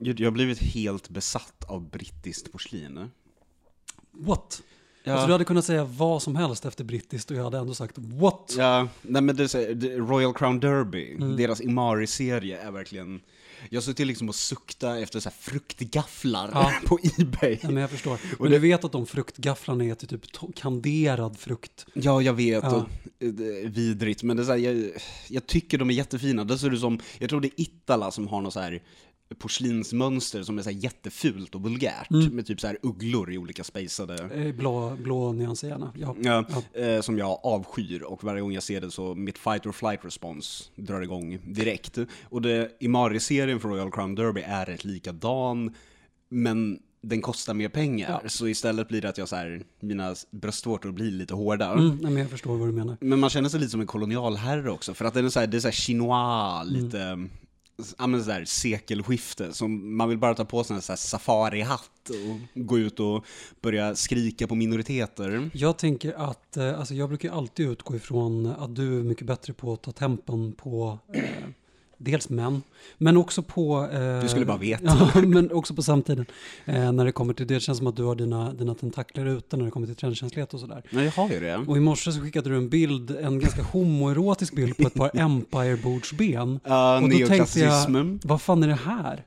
Jag har blivit helt besatt av brittiskt porslin. What? Ja. Alltså du hade kunnat säga vad som helst efter brittiskt och jag hade ändå sagt what? Ja, nej men det Royal Crown Derby, deras Imari-serie är verkligen... Jag såg till liksom att sukta efter så här fruktgafflar på eBay. Ja, men jag förstår. Men du vet att de fruktgafflarna är till typ kanderad frukt. Ja, jag vet. Och, vidrigt. Men det är så här, jag tycker de är jättefina. Det ser ut som, jag tror det är Itala som har något så här porslinsmönster som är så här jättefult och vulgärt. Med typ så här ugglor i olika spacade. Blå nyanserna. Som jag avskyr. Och varje gång jag ser det så mitt fight or flight response drar igång direkt. Och Imari-serien för Royal Crown Derby är rätt likadan. Men den kostar mer pengar. Ja. Så istället blir det att jag så här, mina bröstvårtor blir lite hårda. Men jag förstår vad du menar. Men man känner sig lite som en kolonialherre också. För att det är så här chinois, lite... Ja, men så där sekelskifte som man vill bara ta på sig en så här safari-hatt och gå ut och börja skrika på minoriteter. Jag tänker att alltså jag brukar alltid utgå ifrån att du är mycket bättre på att ta tempen på dels män, men också på... du skulle bara veta. Ja, men också på samtiden. När det kommer till det känns som att du har dina tentakler ute när det kommer till trendkänslighet och sådär. Nej, jag har ju det. Och i morse så skickade du en ganska homoerotisk bild på ett par Empire-bordsben. Och då tänkte jag, vad fan är det här?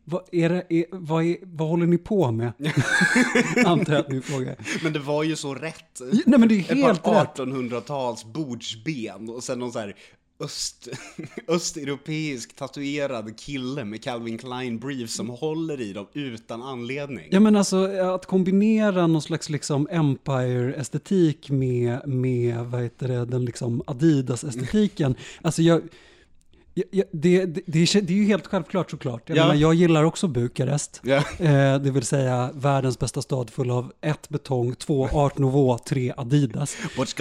Vad håller ni på med? Antar jag att ni frågar. Men det var ju så rätt. Nej, men det är helt ett par 1800-tals bordsben och sen någon så här östeuropeisk tatuerad kille med Calvin Klein brief som håller i dem utan anledning. Ja, men alltså att kombinera någon slags liksom Empire-estetik med vad heter det, den liksom Adidas-estetiken. Alltså det är ju helt självklart såklart. Jag gillar också Bukarest. Det vill säga världens bästa stad full av 1 betong, 2 Art Nouveau, 3 Adidas.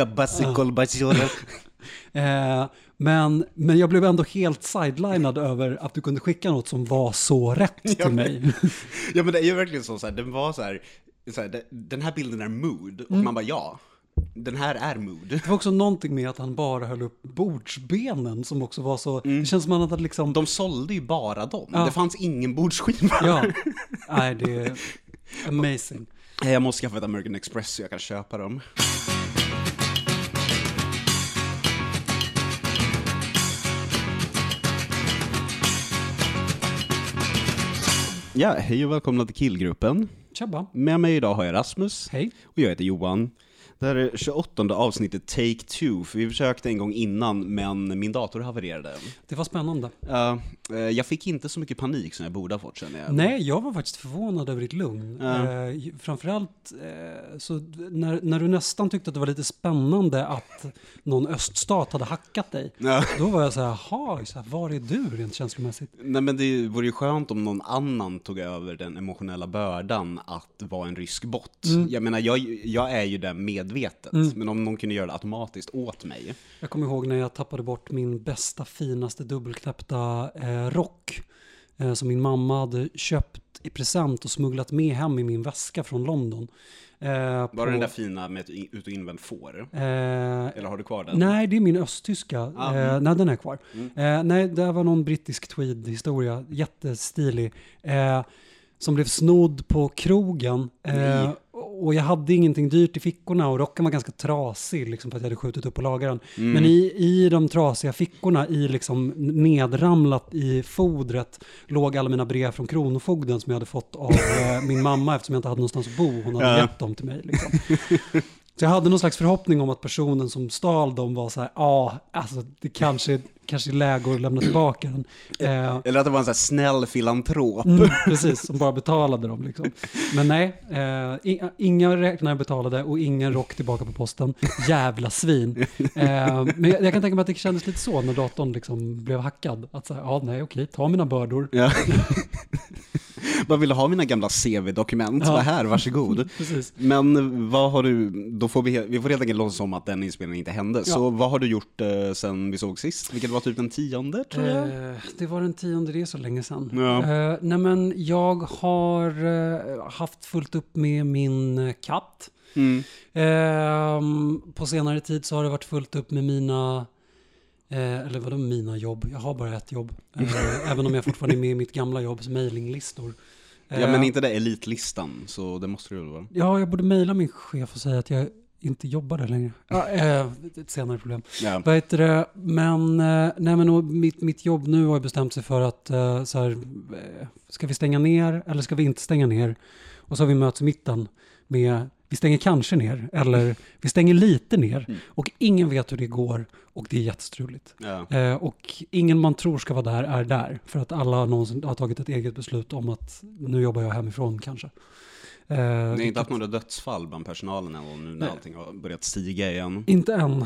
Men jag blev ändå helt sidelinad över att du kunde skicka något som var så rätt till mig. Ja, men det är ju verkligen så här, den var så här den här bilden är mood och man bara den här är mood. Det var också någonting med att han bara höll upp bordsbenen som också var så... Det känns som att han liksom... De sålde ju bara dem. Det fanns ingen bordsskiva. Ja, nej, det är amazing. Jag måste skaffa ett American Express så jag kan köpa dem. Ja, hej och välkomna till Killgruppen. Tjabba. Med mig idag har jag Rasmus. Hej. Och jag heter Johan. Det här är 28:e avsnittet Take 2. För vi försökte en gång innan, men min dator havererade. Det var spännande. Jag fick inte så mycket panik som jag borde ha fått, känner jag. Nej, jag var faktiskt förvånad över ditt lugn. Framförallt så när du nästan tyckte att det var lite spännande att någon öststat hade hackat dig. Då var jag så här, var är du rent känslomässigt? Nej, men det vore ju skönt om någon annan tog över den emotionella bördan att vara en rysk bot. Jag menar, jag är ju den medvetet. Men om någon kunde göra det automatiskt åt mig. Jag kommer ihåg när jag tappade bort min bästa, finaste dubbelknäppta rock som min mamma hade köpt i present och smugglat med hem i min väska från London. Var det den där fina med ett ut- och invänt får? Eller har du kvar den? Nej, det är min östtyska. Nej, den är kvar. Nej, det var någon brittisk tweed-historia. Jättestilig. Som blev snodd på krogen. Och jag hade ingenting dyrt i fickorna och rocken var ganska trasig liksom, för att jag hade skjutit upp och lagat den. Men i de trasiga fickorna, i liksom nedramlat i fodret, låg alla mina brev från kronofogden som jag hade fått av min mamma eftersom jag inte hade någonstans att bo. Hon hade gett dem till mig. Liksom. Så jag hade någon slags förhoppning om att personen som stal dem var så här, alltså det kanske är läge att lämna tillbaka den. Eller att det var en så här snäll filantrop. Precis, som bara betalade dem. Liksom. Men nej, inga räknar betalade och ingen rock tillbaka på posten. Jävla svin. Men jag kan tänka mig att det kändes lite så när datorn liksom blev hackad. Att säga, okej, ta mina bördor. Ja. Vad vill ha mina gamla CV-dokument? Ja. Här, varsågod. Precis. Men vad har du, då får vi får helt enkelt låtsas om att den inspelningen inte hände. Ja. Så vad har du gjort sen vi såg sist? Vilket var typ den 10:e, tror jag? Det var den 10:e, det är så länge sedan. Ja. Nej, men jag har haft fullt upp med min katt. På senare tid så har det varit fullt upp med mina Eller vadå mina jobb? Jag har bara ett jobb. Även om jag fortfarande är med i mitt gamla jobbs mailinglistor. Ja, men inte det elitlistan, så det måste du väl vara. Ja, jag borde mejla min chef och säga att jag inte jobbar där längre. Ett senare problem. Ja. Vad heter det? Men, nej, men mitt jobb nu har bestämt sig för att så här, ska vi stänga ner eller ska vi inte stänga ner? Och så har vi möts i mitten med vi stänger kanske ner eller vi stänger lite ner och ingen vet hur det går och det är jättestruligt. Ja. Och ingen man tror ska vara där är där för att alla någonsin har tagit ett eget beslut om att nu jobbar jag hemifrån kanske. Ni har inte haft några dödsfall bland personalen än och nu när allting har börjat stiga igen? Inte än.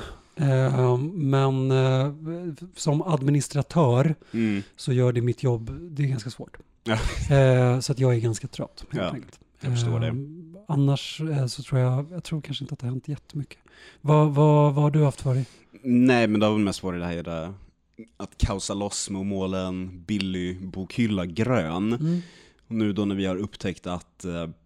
Men som administratör så gör det mitt jobb, det är ganska svårt. Ja. Så att jag är ganska trött. Ja, jag förstår det. Annars så tror jag tror kanske inte att det har hänt jättemycket. Vad har du haft för dig? Nej, men det har väl mest varit det här där, att kausa loss med målen Billy bokhylla grön. Och nu då när vi har upptäckt att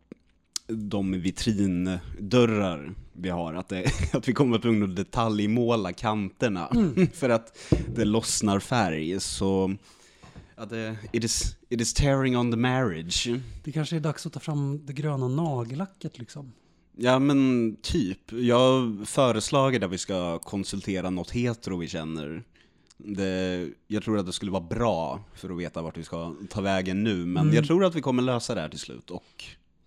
de vitrindörrar vi har, att vi kommer att tvungna att detaljmåla kanterna för att det lossnar färg, så att it is tearing on the marriage. Det kanske är dags att ta fram det gröna nagellacket liksom. Ja, men typ. Jag föreslagit att vi ska konsultera något hetero vi känner. Jag tror att det skulle vara bra för att veta vart vi ska ta vägen nu, men jag tror att vi kommer lösa det här till slut och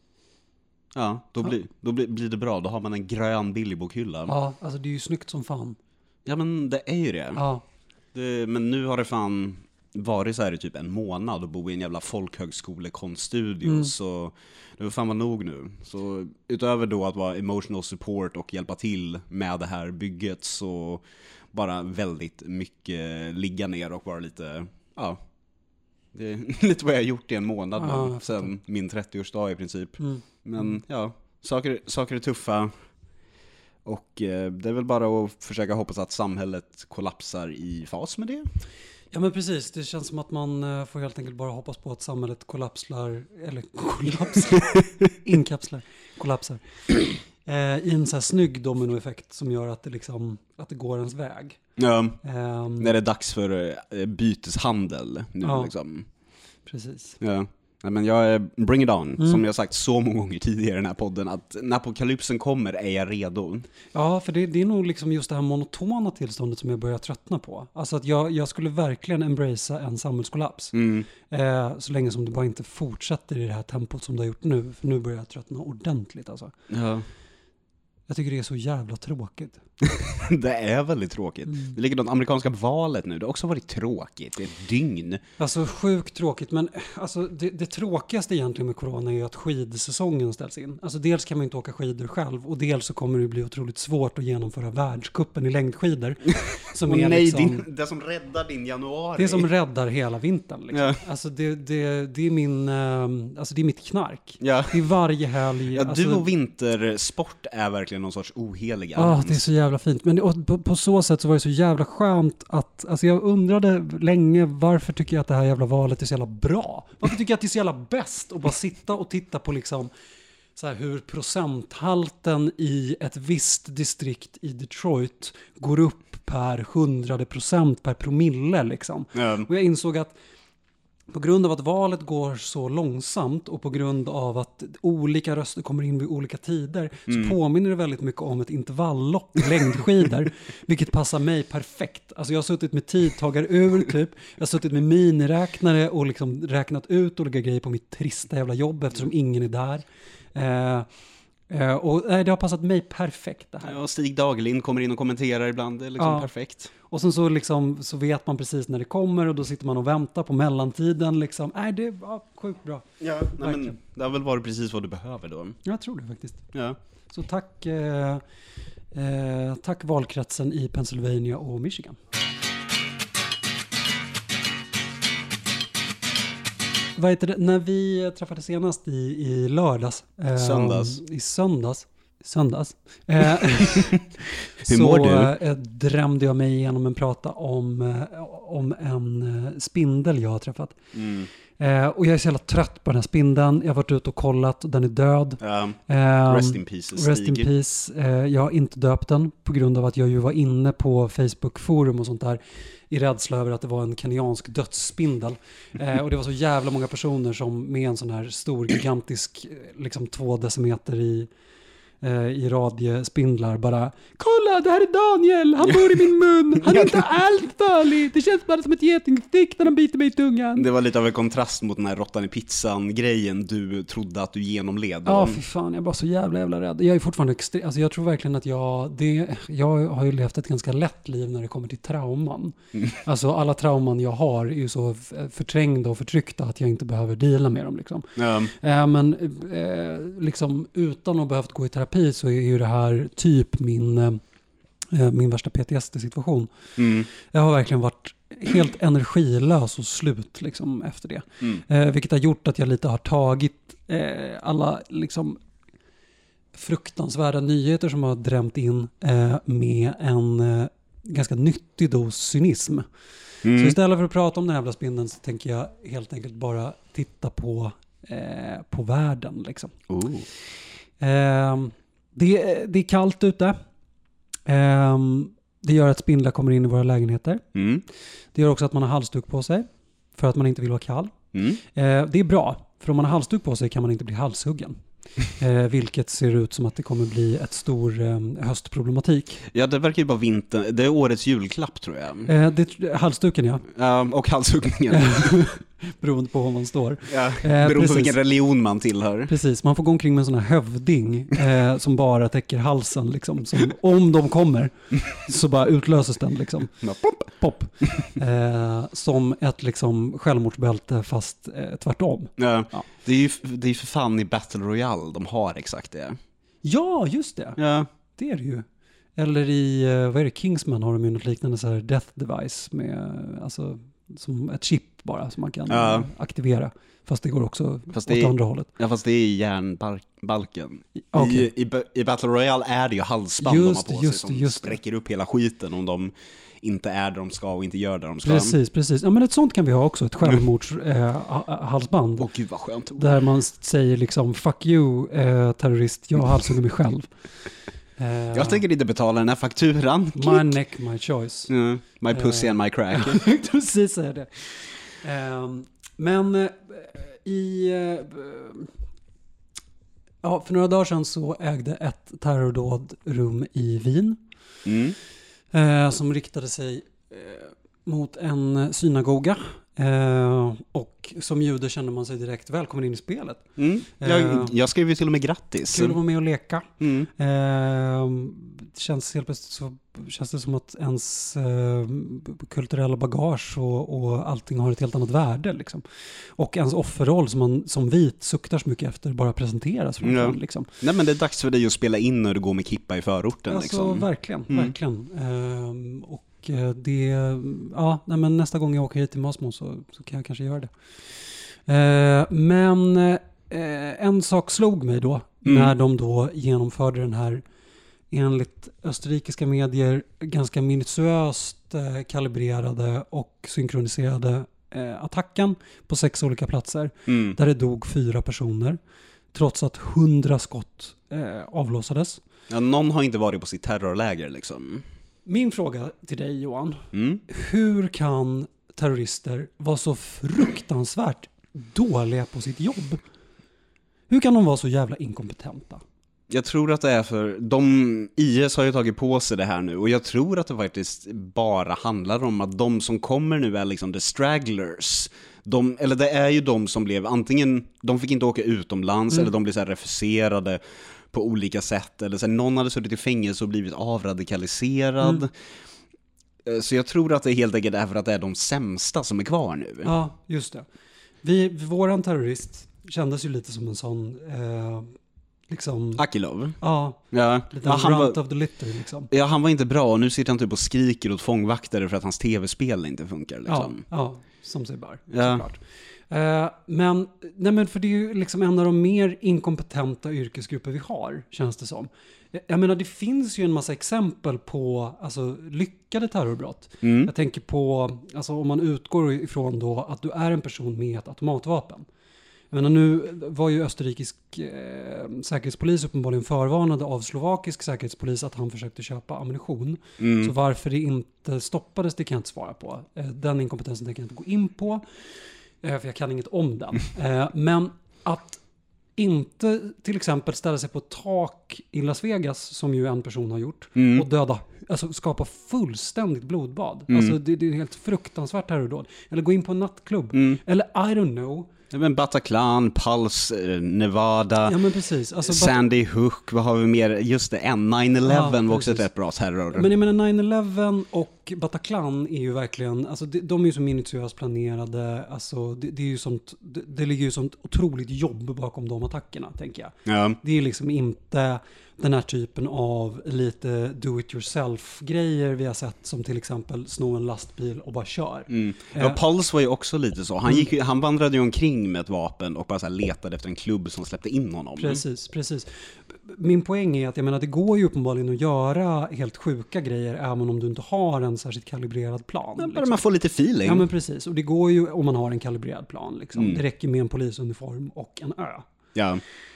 ja, då blir det bra. Då har man en grön billig bokhylla. Ja, alltså det är ju snyggt som fan. Ja, men det är ju det. Ja. Men nu har det fan varit så här i typ en månad och bo i en jävla folkhögskolekonststudio, så det var fan vara nog nu. Så utöver då att vara emotional support och hjälpa till med det här bygget, så bara väldigt mycket ligga ner och vara lite, ja, det är lite vad jag har gjort i en månad nu, sen min 30-årsdag i princip. Men ja, saker är tuffa. Och det är väl bara att försöka hoppas att samhället kollapsar i fas med det. Ja, men precis. Det känns som att man får helt enkelt bara hoppas på att samhället kollapsar i en så här snygg dominoeffekt som gör att det liksom att det går ens väg. Ja, när det är dags för byteshandel nu liksom. Precis. Ja. Nej, men jag är bring it on, som jag sagt så många gånger tidigare i den här podden, att när apokalypsen kommer är jag redo. Ja, för det är nog liksom just det här monotona tillståndet som jag börjar tröttna på. Alltså att jag skulle verkligen embracea en samhällskollaps. Så länge som det bara inte fortsätter i det här tempot som det har gjort nu. För nu börjar jag tröttna ordentligt alltså. Ja. Jag tycker det är så jävla tråkigt. Det är väldigt tråkigt. Det ligger det amerikanska valet nu. Det har också varit tråkigt. Det är ett dygn. Alltså sjukt tråkigt. Men alltså, det tråkigaste egentligen med corona är ju att skidsäsongen ställs in. Alltså dels kan man inte åka skidor själv. Och dels så kommer det bli otroligt svårt att genomföra världscupen i längdskidor. Som är nej, liksom, det som räddar din januari. Det som räddar hela vintern. Liksom. Ja. Alltså det är min... Alltså det är mitt knark. Ja. Det är varje helg. Ja, alltså, du och vintersport är verkligen någon sorts ohelig allians. Det är så jävla fint. Men på så sätt så var det så jävla skönt att, alltså jag undrade länge, varför tycker jag att det här jävla valet är så jävla bra? Varför tycker jag att det är så jävla bäst att bara sitta och titta på liksom så här hur procenthalten i ett visst distrikt i Detroit går upp per 100% per promille liksom. Och jag insåg att på grund av att valet går så långsamt och på grund av att olika röster kommer in vid olika tider så påminner det väldigt mycket om ett intervalllopp i längdskidor, vilket passar mig perfekt. Alltså jag har suttit med tidtagarur typ, jag har suttit med miniräknare och liksom räknat ut olika grejer på mitt trista jävla jobb eftersom ingen är där. Och det har passat mig perfekt det här. Ja, Stig Dagerlind kommer in och kommenterar ibland, det är liksom perfekt. Och sen så, liksom, så vet man precis när det kommer och då sitter man och väntar på mellantiden. Liksom. Det var sjukt bra. Ja, nej, men det har väl varit precis vad du behöver då. Jag tror det faktiskt. Ja. Så tack valkretsen i Pennsylvania och Michigan. Vad heter det? När vi träffades senast i lördags. Söndags. Hur mår du? Så drömde jag mig igenom en prata om en spindel jag har träffat. Och jag är så jävla trött på den här spindeln. Jag har varit ute och kollat och den är död. Rest in peace. Rest in peace. Jag har inte döpt den på grund av att jag ju var inne på Facebook-forum och sånt där i rädsla över att det var en kenyansk dödsspindel. Och det var så jävla många personer som med en sån här stor, gigantisk, liksom 2 decimeter i radiespindlar bara kolla, det här är Daniel, han bor i min mun, han är inte alls farlig, det känns bara som ett getingstick när de biter mig i tungan. Det var lite av en kontrast mot den här råttan i pizzan grejen du trodde att du genomled. Ja, för fan, jag var så jävla rädd. Jag är fortfarande alltså jag tror verkligen att jag har ju levt ett ganska lätt liv när det kommer till trauman. Alltså alla trauman jag har är ju så förträngda och förtryckta att jag inte behöver deala med dem liksom. Men liksom utan att behövt gå i terapi så är ju det här typ min värsta PTSD-situation. Jag har verkligen varit helt energilös och slut liksom efter det. Vilket har gjort att jag lite har tagit alla liksom fruktansvärda nyheter som har drämt in med en ganska nyttig dos cynism. Så istället för att prata om den här jävla spindeln så tänker jag helt enkelt bara titta på världen liksom. Det är kallt ute. Det gör att spindlar kommer in i våra lägenheter. Det gör också att man har halsduk på sig för att man inte vill vara kall. Det är bra, för om man har halsduk på sig kan man inte bli halshuggen. Vilket ser ut som att det kommer bli ett stor höstproblematik. Ja, det verkar ju bara vinter. Det är årets julklapp tror jag. Halsduken, ja. Och halshuggningen. Beroende på var man står. Ja, beroende på vilken religion man tillhör. Precis, man får gå omkring med en sån här hövding som bara täcker halsen. Liksom, som, om de kommer så bara utlöses den. Liksom. Pop. Som ett liksom, självmordsbälte fast tvärtom. Ja. Det är ju för fan i Battle Royale de har exakt det. Ja, just det. Ja. Det är det ju. Eller i vad är det, Kingsman har de ju något liknande så här death device med alltså som ett chip bara som man kan aktivera. Fast det går också åt andra hållet. Ja, fast det är järnbalken. Okay. I Battle Royale är det ju halsband de har på sig som sträcker upp hela skiten om de inte är där de ska och inte gör där de ska. Precis. Ja, men ett sånt kan vi ha också, ett självmords halsband. Åh gud vad skönt. Där man säger liksom, fuck you terrorist, jag halshugger mig själv. Jag tänker inte betala den här fakturan. My neck, my choice. My pussy and my crack. Precis säger det. Men för några dagar sedan så ägde ett terrordåd rum i Wien. Som riktade sig mot en synagoga. Och som jude kände man sig direkt välkommen in i spelet. Jag skrev ju till och med grattis. Kul att vara med och leka. Det känns helt plötsligt så känns det som att ens kulturella bagage och allting har ett helt annat värde. Liksom. Och ens offerroll som man som vit suktar så mycket efter bara presenteras. Liksom. Nej, men det är dags för dig att spela in när du går med kippa i förorten. Alltså liksom. verkligen. Och det, men nästa gång jag åker hit till Masmo så kan jag kanske göra det. Men en sak slog mig då när de då genomförde den här enligt österrikiska medier ganska minutiöst kalibrerade och synkroniserade attacken på 6 olika platser där det dog 4 personer trots att 100 skott avlossades. Ja, någon har inte varit på sitt terrorläger liksom. Min fråga till dig, Johan. Hur kan terrorister vara så fruktansvärt dåliga på sitt jobb? Hur kan de vara så jävla inkompetenta? Jag tror att det är för IS har ju tagit på sig det här nu och jag tror att det faktiskt bara handlar om att de som kommer nu är liksom the stragglers. Eller det är ju de som blev antingen, de fick inte åka utomlands eller de blev så här refuserade på olika sätt eller så här, någon hade suttit i fängelse och blivit avradikaliserad. Så jag tror att det helt enkelt är för att det är de sämsta som är kvar nu. Ja, just det. Våran terrorist kändes ju lite som en sån liksom Akilov. Ja. Lite runt of the litter liksom. Ja, han var inte bra och nu sitter han typ och skriker åt fångvaktare för att hans tv-spel inte funkar liksom. Ja, som sig bara. Såklart. Men för det är ju liksom en av de mer inkompetenta yrkesgrupper vi har, känns det som. Jag menar, det finns ju en massa exempel på alltså, lyckade terrorbrott. Jag tänker på, alltså, om man utgår ifrån då att du är en person med ett automatvapen. Jag menar, nu var ju österrikisk säkerhetspolis uppenbarligen förvarnade av slovakisk säkerhetspolis att han försökte köpa ammunition. Så varför det inte stoppades, det kan jag inte svara på. Den inkompetensen kan jag inte gå in på, för jag kan inget om den. Men att inte till exempel ställa sig på ett tak i Las Vegas, som ju en person har gjort, och döda, alltså skapa fullständigt blodbad. Alltså det är helt fruktansvärt terrordåd. Eller gå in på en nattklubb. Eller I don't know. Men Bataclan, Pulse, Nevada, ja, men precis. Alltså, Sandy Hook, vad har vi mer? Just det, 9/11 var också ett rätt bra terror. Men jag menar 9/11 och Bataclan är ju verkligen, alltså de är ju så minutiöst planerade, alltså det är ju sånt, det ligger ju sånt otroligt jobb bakom de attackerna, tänker jag. Ja. Det är liksom inte den här typen av lite do-it-yourself-grejer vi har sett, som till exempel sno en lastbil och bara kör. Ja, Pulse var ju också lite så. Han vandrade ju omkring med ett vapen och bara så här letade efter en klubb som släppte in honom. Precis. Min poäng är att jag menar, det går ju uppenbarligen att göra helt sjuka grejer även om du inte har en särskilt kalibrerad plan. Ja, bara man får lite feeling. Ja, men precis. Och det går ju om man har en kalibrerad plan. Liksom. Det räcker med en polisuniform och en ö. Ja.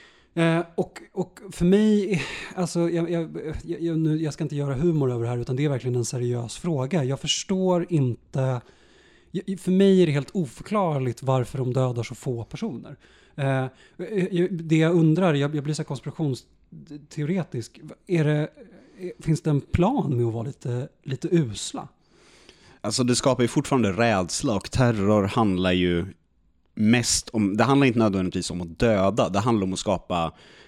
Och för mig, alltså jag ska inte göra humor över det här, utan det är verkligen en seriös fråga. Jag förstår inte, för mig är det helt oförklarligt varför de dödar så få personer. Det jag undrar, jag blir så konspirationsteoretisk, finns det en plan med att vara lite usla? Alltså det skapar ju fortfarande rädsla, och terror handlar ju mest om, det handlar inte nödvändigtvis om att döda, det handlar om att skapa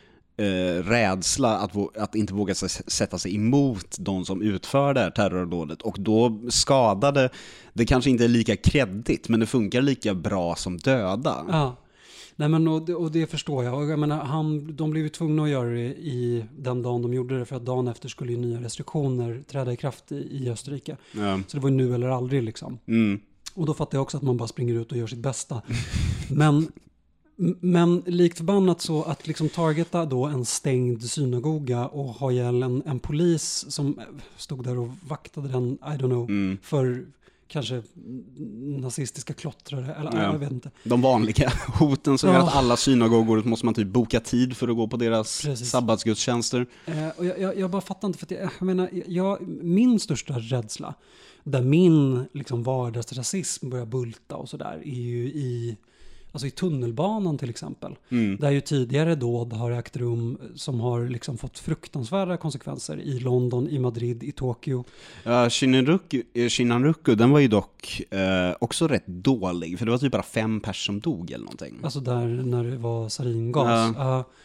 rädsla, att inte våga sätta sig emot de som utför det här terrordådet, och då skadade, det kanske inte är lika kreddigt, men det funkar lika bra som döda. Ja. Nej, men och det förstår jag. Och jag menar, de blev ju tvungna att göra det i den dagen de gjorde det, för att dagen efter skulle ju nya restriktioner träda i kraft i Österrike. Ja. Så det var ju nu eller aldrig liksom. Och då fattar jag också att man bara springer ut och gör sitt bästa. Men likt förbannat så att liksom targeta då en stängd synagoga och ha ihjäl en polis som stod där och vaktade den, I don't know, för kanske nazistiska klottrare, eller jag vet inte. De vanliga hoten som gör att alla synagogor måste man typ boka tid för att gå på deras sabbatsgudstjänster. Och jag bara fattar inte, för att jag menar, min största rädsla, där min liksom vardagsrasism börjar bulta och sådär, är ju i tunnelbanan till exempel. Där ju tidigare dåd har ägt rum som har liksom fått fruktansvärda konsekvenser i London, i Madrid, i Tokyo. Shinanruku, den var ju dock också rätt dålig, för det var typ bara 5 personer som dog eller någonting. Alltså där när det var saringas.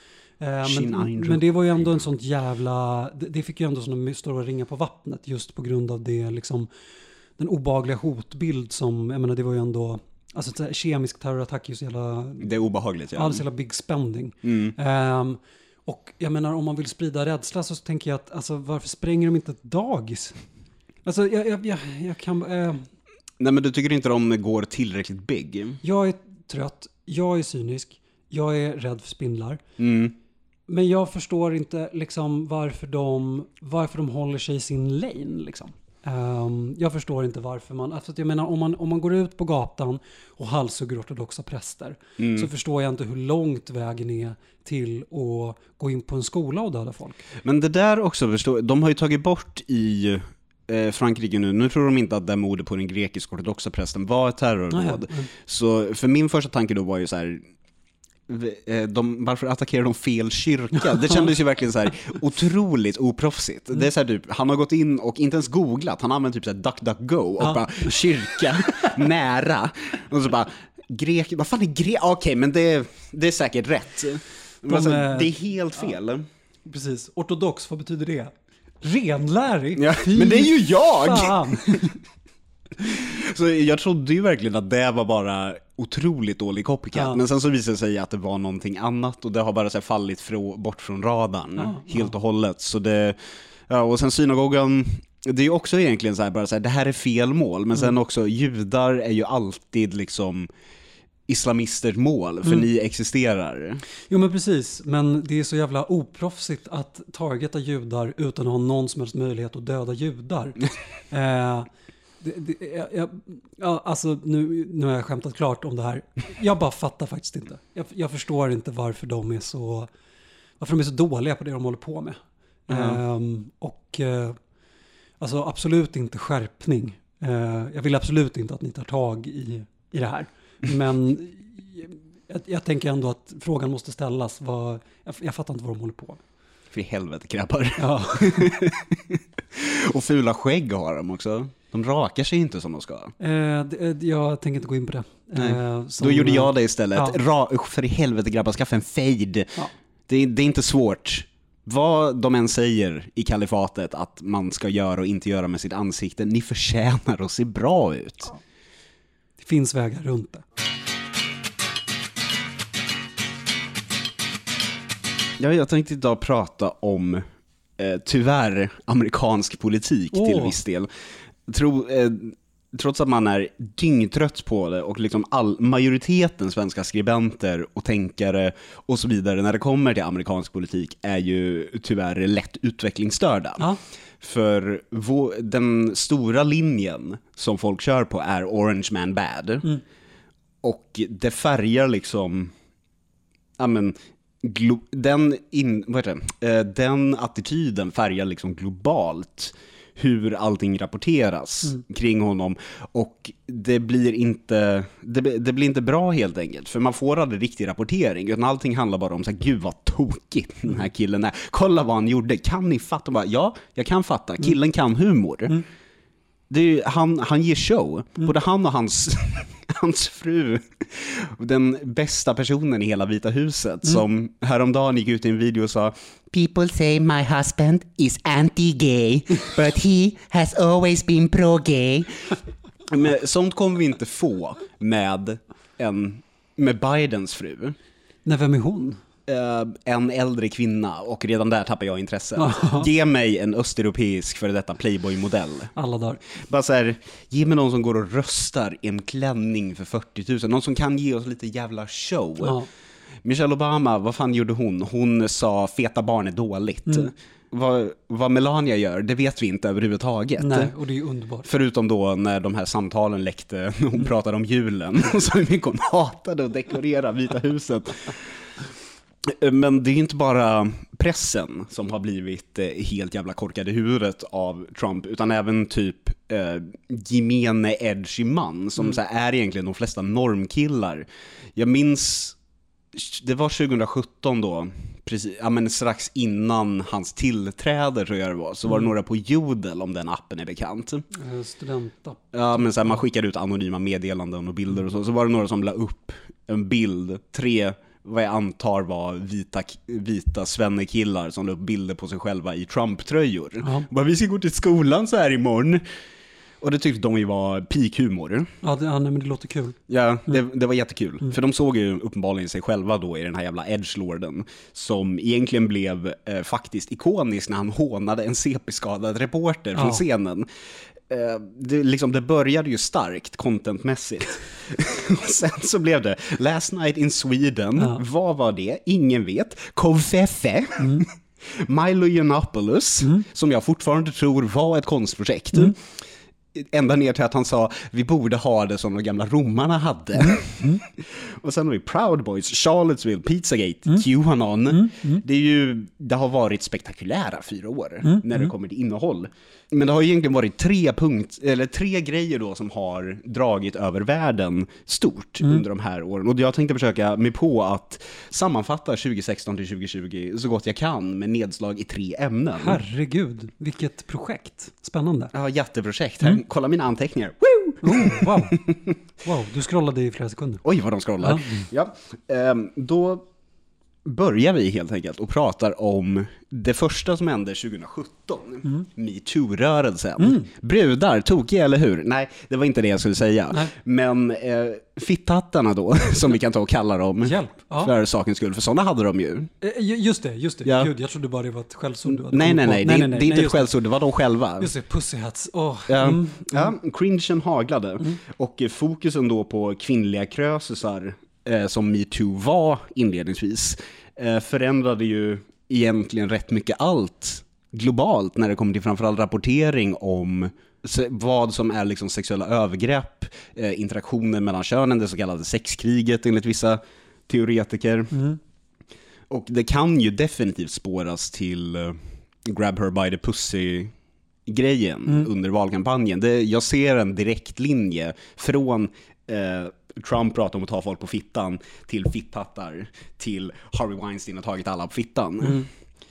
Men det var ju ändå en sånt jävla, det fick ju ändå såna stora ringar på vattnet, just på grund av det liksom, den obehagliga hotbild som, jag menar, det var ju ändå, alltså kemisk terrorattack är ju så jävla, det är obehagligt, ja, det är så jävla big spending. Och jag menar, om man vill sprida rädsla så tänker jag att, alltså, varför spränger de inte ett dagis? Alltså jag kan Nej, men du tycker inte de går tillräckligt big? Jag är trött, jag är cynisk, jag är rädd för spindlar. Men jag förstår inte liksom varför de håller sig i sin lane liksom. Jag förstår inte varför man, alltså jag menar, om man går ut på gatan och halshugger ortodoxa präster, så förstår jag inte hur långt vägen är till att gå in på en skola och döda folk. Men det där också, de har ju tagit bort i Frankrike nu tror de inte att det mordet på den grekiska ortodoxa prästen var ett terrordåd. Så för min första tanke då var ju så här, varför attackerar de fel kyrka? Det kändes ju verkligen så här otroligt oproffsigt. Det är så här typ, han har gått in och inte ens googlat, han använder typ så här DuckDuckGo och bara kyrka nära, och så bara vad fan är okej, men det är säkert rätt. Det är helt fel. Precis, ortodox, vad betyder det? Renlärig? Ja, men det är ju jag! Fan. Så jag trodde ju verkligen att det var bara otroligt dålig copycat, men sen så visade det sig att det var någonting annat, och det har bara så här fallit bort från radarn helt och hållet. Så det, och sen synagogan, det är ju också egentligen så här, bara så här, det här är fel mål, men sen också judar är ju alltid liksom islamisters mål, för ni existerar. Jo men precis, men det är så jävla oproffsigt att targeta judar utan att ha någon som helst möjlighet att döda judar. Alltså nu har jag skämtat klart om det här. Jag bara fattar faktiskt inte. Jag förstår inte varför de är så dåliga på det de håller på med. Alltså absolut inte skärpning. Jag vill absolut inte att ni tar tag i det här. Men jag tänker ändå att frågan måste ställas. Jag fattar inte vad de håller på med. För i helvete grabbar. Ja. Och fula skägg har de också. De rakar sig inte som de ska. Jag tänker inte gå in på det. Då gjorde jag det istället. För i helvete grabbar, skaffa en fade. Ja. Det är inte svårt. Vad de än säger i kalifatet att man ska göra och inte göra med sitt ansikte, ni förtjänar att se bra ut. Ja. Det finns vägar runt det. Ja, jag tänkte idag prata om tyvärr amerikansk politik till viss del. Trots att man är dyngtrött på det och liksom majoriteten svenska skribenter och tänkare och så vidare när det kommer till amerikansk politik är ju tyvärr lätt utvecklingsstörda. Ja. För den stora linjen som folk kör på är Orange Man Bad. Och det färgar liksom den attityden färgar liksom globalt hur allting rapporteras kring honom, och det blir inte bra helt enkelt, för man får aldrig riktig rapportering utan allting handlar bara om så här, gud vad tokigt den här killen är, kolla vad han gjorde, kan ni fatta? Bara, ja, jag kan fatta, killen kan humor. Det är ju, han ger show, både han och hans fru, den bästa personen i hela Vita huset, som häromdagen gick ut i en video och sa "People say my husband is anti-gay, but he has always been pro-gay." Men sånt kommer vi inte få med Bidens fru. Nej, vem är hon? En äldre kvinna, och redan där tappar jag intresset. Ge mig en östeuropeisk för detta Playboy-modell. Alla dagar. Bara så här, ge mig någon som går och röstar i en klänning för 40 000. Någon som kan ge oss lite jävla show. Michelle Obama, vad fan gjorde hon? Hon sa feta barn är dåligt. Vad Melania gör, det vet vi inte överhuvudtaget. Nej, och det är underbart. Förutom då när de här samtalen läckte, hon pratade om julen. Och så mycket hon hatade att dekorera Vita huset. Men det är inte bara pressen som har blivit helt jävla korkade i huvudet av Trump, utan även typ gemene edgy man som så här, är egentligen de flesta normkillar. Jag minns, det var 2017 då, precis, men strax innan hans tillträde tror jag det var, så var det några på Jodel, om den appen är bekant. Studentapp. Ja, men så här, man skickar ut anonyma meddelanden och bilder och så var det några som la upp en bild, 3 vad jag antar var vita svennekillar som la upp bilder på sig själva i Trump-tröjor. Bara, vi ska gå till skolan så här imorgon. Och det tyckte de ju var peak-humor. Ja, men det låter kul. Ja, det var jättekul. För de såg ju uppenbarligen sig själva då i den här jävla edgelorden, som egentligen blev faktiskt ikonisk när han hånade en CP-skadad reporter från scenen. Det började ju starkt contentmässigt. Och sen så blev det Last Night in Sweden. Vad var det? Ingen vet. Kovfeffe. Milo Yiannopoulos, som jag fortfarande tror var ett konstprojekt. Ända ner till att han sa vi borde ha det som de gamla romarna hade. Och sen har vi Proud Boys, Charlottesville, Pizzagate, QAnon. Det har varit spektakulära 4 år när det kommer till innehåll. Men det har ju egentligen varit 3 grejer då som har dragit över världen stort under de här åren. Och jag tänkte försöka mig på att sammanfatta 2016 till 2020 så gott jag kan med nedslag i 3 ämnen. Herregud, vilket projekt. Spännande. Ja, jätteprojekt. Kolla mina anteckningar. Wow. Wow, du scrollade i flera sekunder. Oj, vad de scrollar. Då börjar vi helt enkelt och pratar om det första som hände 2017. MeToo-rörelsen. Brudar, tokiga eller hur? Nej, det var inte det jag skulle säga. Nej. Men fitthattarna då, som vi kan ta och kalla dem. Hjälp. Ja. För sakens skull, för sådana hade de ju. Just det. Ja. Gud, jag trodde bara det var ett skällsord. Nej, det är inte ett skällsord, det var de själva. Just det, pussyhats. Ja, cringen haglade. Och fokusen då på kvinnliga krösusar som MeToo var inledningsvis förändrade ju egentligen rätt mycket allt globalt när det kommer till framförallt rapportering om vad som är liksom sexuella övergrepp, interaktioner mellan könen, det så kallade sexkriget enligt vissa teoretiker. Och det kan ju definitivt spåras till Grab Her by the Pussy-grejen under valkampanjen. Jag ser en direkt linje från Trump pratar om att ta folk på fittan till fitthattar till Harvey Weinstein har tagit alla på fittan.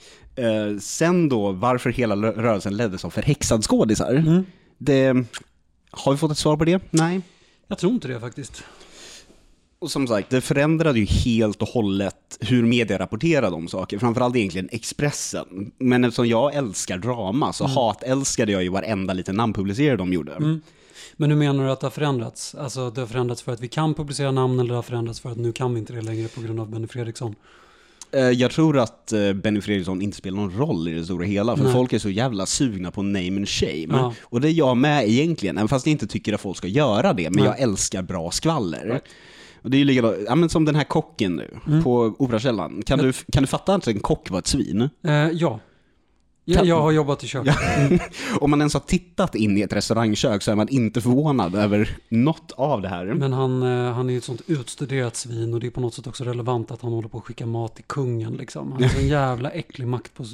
Sen då, varför hela rörelsen leddes av förhäxad skådisar? Har vi fått ett svar på det? Nej. Jag tror inte det faktiskt. Och som sagt, det förändrade ju helt och hållet hur media rapporterade om saker. Framförallt egentligen Expressen. Men eftersom jag älskar drama så hatälskade jag ju varenda liten namnpublicerare de gjorde. Men hur menar du att det har förändrats? Alltså det har förändrats för att vi kan publicera namn eller det har förändrats för att nu kan vi inte det längre på grund av Benny Fredriksson? Jag tror att Benny Fredriksson inte spelar någon roll i det stora hela. För folk är så jävla sugna på name and shame. Ja. Och det är jag med egentligen. Även fast jag inte tycker att folk ska göra det. Men jag älskar bra skvaller. Right. Och det är ju likadant, som den här kocken nu på Operakällan. Kan du fatta att en kock var ett svin? Ja. Jag har jobbat i köket. Om man ens har tittat in i ett restaurangkök så är man inte förvånad över något av det här. Men han är ju ett sånt utstuderat svin och det är på något sätt också relevant att han håller på att skicka mat till kungen. Liksom. Han är en jävla äcklig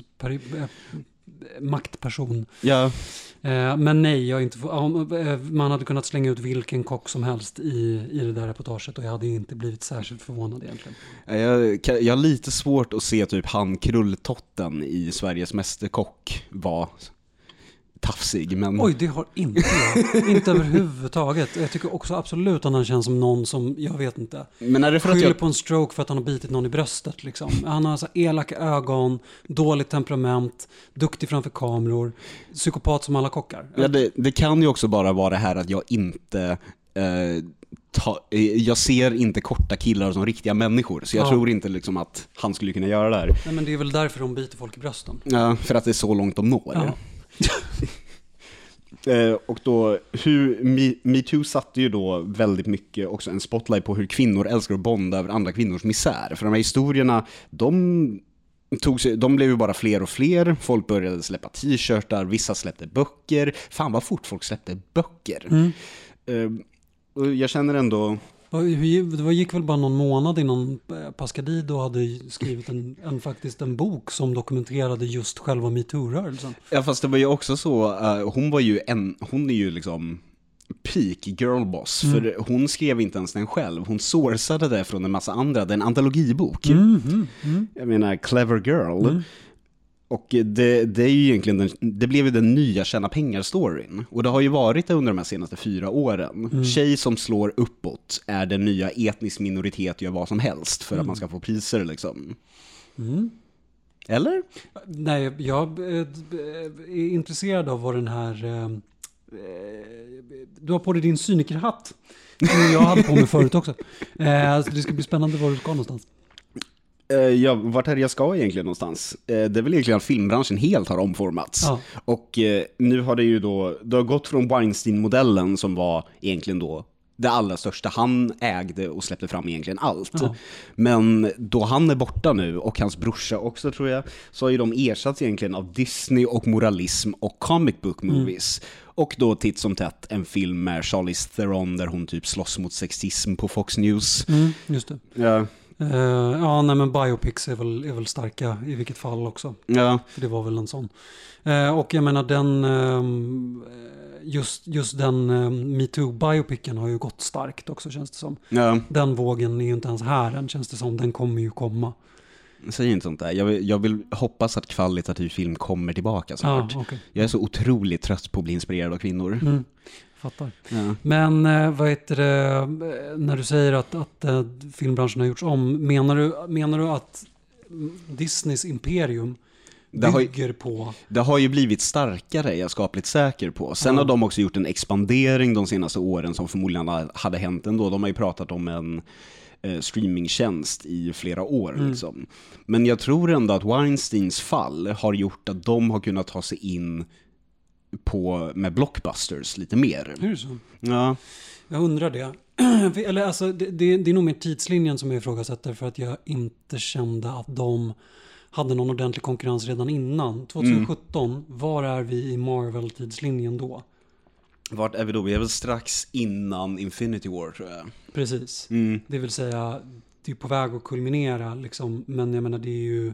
maktperson. Ja. Men nej, man hade kunnat slänga ut vilken kock som helst i det där reportaget och jag hade inte blivit särskilt förvånad egentligen. Jag har lite svårt att se typ han Krulltotten i Sveriges mästerkock var tafsig, men... Oj, det har inte jag. Inte överhuvudtaget. Jag tycker också absolut att han känns som någon som, jag vet inte, men är det för att skyller på en stroke för att han har bitit någon i bröstet. Liksom. Han har så elaka ögon, dåligt temperament, duktig framför kameror, psykopat som alla kockar. Ja, det kan ju också bara vara det här att jag inte... jag ser inte korta killar som riktiga människor. Så jag tror inte liksom att han skulle kunna göra det här. Nej, men det är väl därför de biter folk i brösten. Ja, för att det är så långt de når. Ja. Och då MeToo satte ju då väldigt mycket också en spotlight på hur kvinnor älskar att bonda över andra kvinnors misär. För de här historierna, de blev ju bara fler och fler. Folk började släppa t-shirtar, vissa släppte böcker. Fan vad fort folk släppte böcker. Och jag känner ändå... Det gick väl bara någon månad innan Pascalidou hade skrivit faktiskt en bok som dokumenterade just själva MeToo-rörelsen. Ja, fast det var ju också så, hon är ju liksom peak girlboss, för hon skrev inte ens den själv. Hon sourcade det från en massa andra, det är en antologibok. Jag menar, Clever Girl. Och det är ju egentligen det blev ju den nya tjäna pengar-storyn. Och det har ju varit det under de här senaste 4 åren. Tjej som slår uppåt är den nya etnisk minoritet, gör vad som helst för att man ska få priser liksom. Eller? Nej, jag är intresserad av vad den här... du har på dig din cynikerhatt. Som jag hade på mig förut också. Så det ska bli spännande var du ska någonstans. Ja, vart är det jag ska egentligen någonstans? Det är väl egentligen att filmbranschen helt har omformats. Ja. Och nu har det ju då, det har gått från Weinstein-modellen som var egentligen då det allra största. Han ägde och släppte fram egentligen allt. Ja. Men då han är borta nu och hans brorsa också tror jag, så har ju de ersatts egentligen av Disney och moralism och comic book movies. Och då titt som tätt en film med Charlize Theron där hon typ slåss mot sexism på Fox News. Just det. Ja. Nej men biopics är väl starka i vilket fall också. Ja. För det var väl en sån. Och jag menar just den MeToo-biopicen har ju gått starkt också känns det som. Ja. Den vågen är ju inte ens här än känns det som. Den kommer ju komma. Säg inte sånt där. Jag vill hoppas att kvalitativ film kommer tillbaka snart. Okay. Jag är så otroligt trött på att bli inspirerad av kvinnor. Fattar. Ja. Men vad heter det, när du säger att filmbranschen har gjorts om, menar du att Disneys imperium bygger på... Det har ju blivit starkare, jag är skapligt säker på. Sen har de också gjort en expandering de senaste åren som förmodligen hade hänt ändå. De har ju pratat om en streamingtjänst i flera år. Liksom. Men jag tror ändå att Weinsteins fall har gjort att de har kunnat ta sig in med blockbusters lite mer. Är det så? Ja. Jag undrar det. Eller alltså, det är nog mer tidslinjen som jag ifrågasätter, för att jag inte kände att de hade någon ordentlig konkurrens redan innan. 2017, var är vi i Marvel-tidslinjen då? Vart är vi då? Vi är väl strax innan Infinity War, tror jag. Precis. Det vill säga, det är på väg att kulminera liksom, men jag menar, det är ju...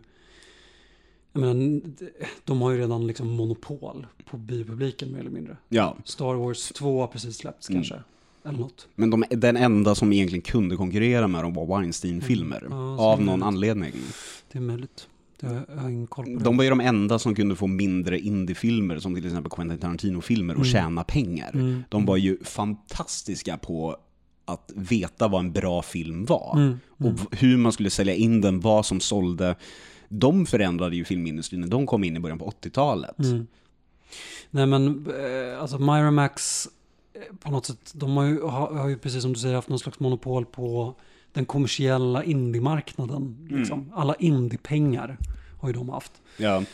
de har ju redan liksom monopol på biopubliken mer eller mindre. Ja. Star Wars 2 har precis släppts kanske. Eller något. Men den enda som egentligen kunde konkurrera med dem var Weinstein-filmer. Av någon anledning. Det är möjligt. Jag har ingen koll på det. De var ju de enda som kunde få mindre indie-filmer, som till exempel Quentin Tarantino-filmer, och tjäna pengar. De var ju fantastiska på att veta vad en bra film var. Och hur man skulle sälja in den, vad som sålde. De förändrade ju filmindustrin när de kom in i början på 80-talet. Nej, men alltså Miramax på något sätt, de har ju precis som du säger haft någon slags monopol på den kommersiella indie-marknaden. Liksom. Alla indie-pengar har ju de haft. Ja.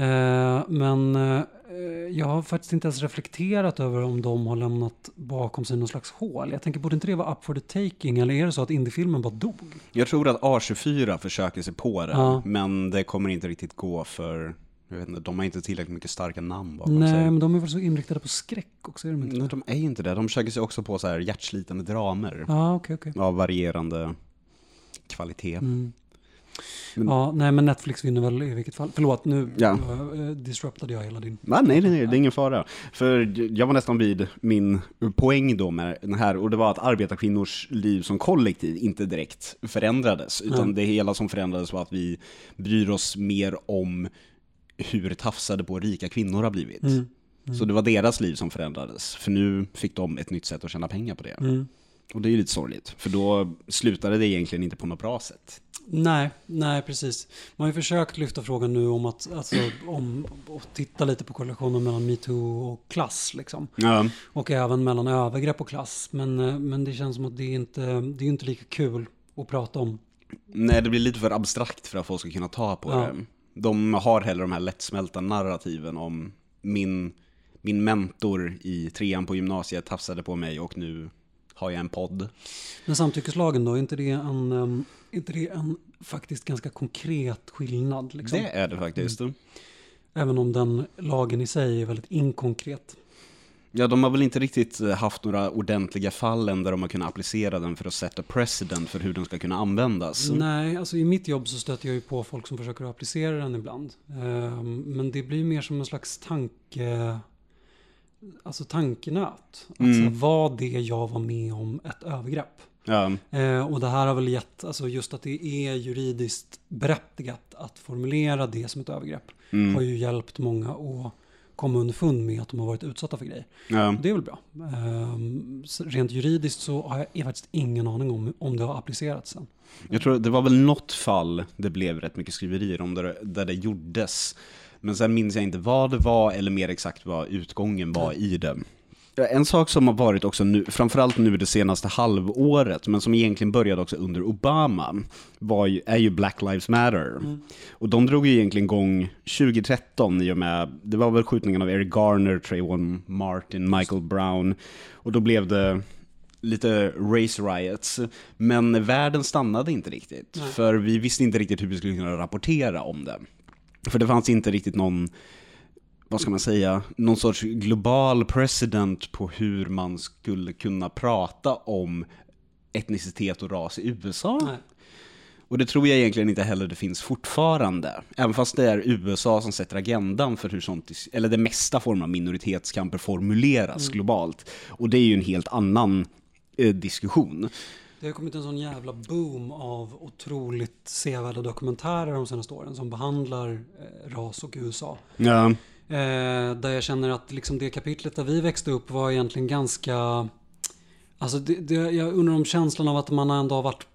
Men jag har faktiskt inte ens reflekterat över om de har lämnat bakom sig någon slags hål. Jag tänker, borde inte det vara up for the taking, eller är det så att indiefilmen bara dog? Jag tror att A24 försöker sig på det, men det kommer inte riktigt gå, för jag vet inte, de har inte tillräckligt mycket starka namn bakom sig. Nej, men de är väl så inriktade på skräck också, är de inte? Nej, de är inte det. De försöker sig också på så här hjärtslitande dramer. Okej. Av varierande kvalitet. Men Netflix vinner väl i vilket fall. Förlåt, nu disruptade jag hela din... Nej, det är ingen fara. För jag var nästan vid min poäng då med den här, och det var att arbetarkvinnors liv som kollektiv inte direkt förändrades, utan det hela som förändrades var att vi bryr oss mer om hur tafsade på rika kvinnor har blivit. Så det var deras liv som förändrades, för nu fick de ett nytt sätt att tjäna pengar på det. Och det är ju lite sorgligt, för då slutade det egentligen inte på något bra sätt. Nej, precis. Man har ju försökt lyfta frågan nu om att titta lite på korrelationen mellan MeToo och klass liksom. Ja. Och även mellan övergrepp och klass. Men det känns som att det är inte lika kul att prata om. Nej, det blir lite för abstrakt för att folk ska kunna ta på det. De har heller de här lättsmälta narrativen om min mentor i 3:an på gymnasiet tafsade på mig och nu har jag en podd. Men samtyckeslagen då, är inte det en faktiskt ganska konkret skillnad? Liksom? Det är det faktiskt. Även om den lagen i sig är väldigt inkonkret. Ja, de har väl inte riktigt haft några ordentliga fall än där de har kunnat applicera den för att sätta precedent för hur den ska kunna användas. Nej, alltså i mitt jobb så stöter jag ju på folk som försöker applicera den ibland. Men det blir mer som en slags tankenöt. Alltså var det jag var med om ett övergrepp? Ja. Och det här har väl gett, alltså just att det är juridiskt berättigat att formulera det som ett övergrepp har ju hjälpt många att komma underfund med att de har varit utsatta för grejer. Ja. Det är väl bra. Rent juridiskt så har jag faktiskt ingen aning om det har applicerats sen. Jag tror det var väl något fall det blev rätt mycket skriverier om där det gjordes. Men sen minns jag inte vad det var eller mer exakt vad utgången var i det. En sak som har varit också nu, framförallt nu det senaste halvåret, men som egentligen började också under Obama, är ju Black Lives Matter. Och de drog ju egentligen igång 2013 i och med, det var väl skjutningen av Eric Garner, Trayvon Martin, Michael Brown. Och då blev det lite race riots. Men världen stannade inte riktigt. Nej. För vi visste inte riktigt hur vi skulle kunna rapportera om det. För det fanns inte riktigt någon, vad ska man säga, någon sorts global precedent på hur man skulle kunna prata om etnicitet och ras i USA. Nej. Och det tror jag egentligen inte heller det finns fortfarande. Även fast det är USA som sätter agendan för hur sånt, eller det mesta form av minoritetskamper formuleras globalt. Och det är ju en helt annan diskussion. Det har kommit en sån jävla boom av otroligt sevärda dokumentärer de senaste åren som behandlar ras och USA. Ja. Där jag känner att liksom det kapitlet där vi växte upp var egentligen ganska... Alltså jag undrar om känslan av att man ändå har varit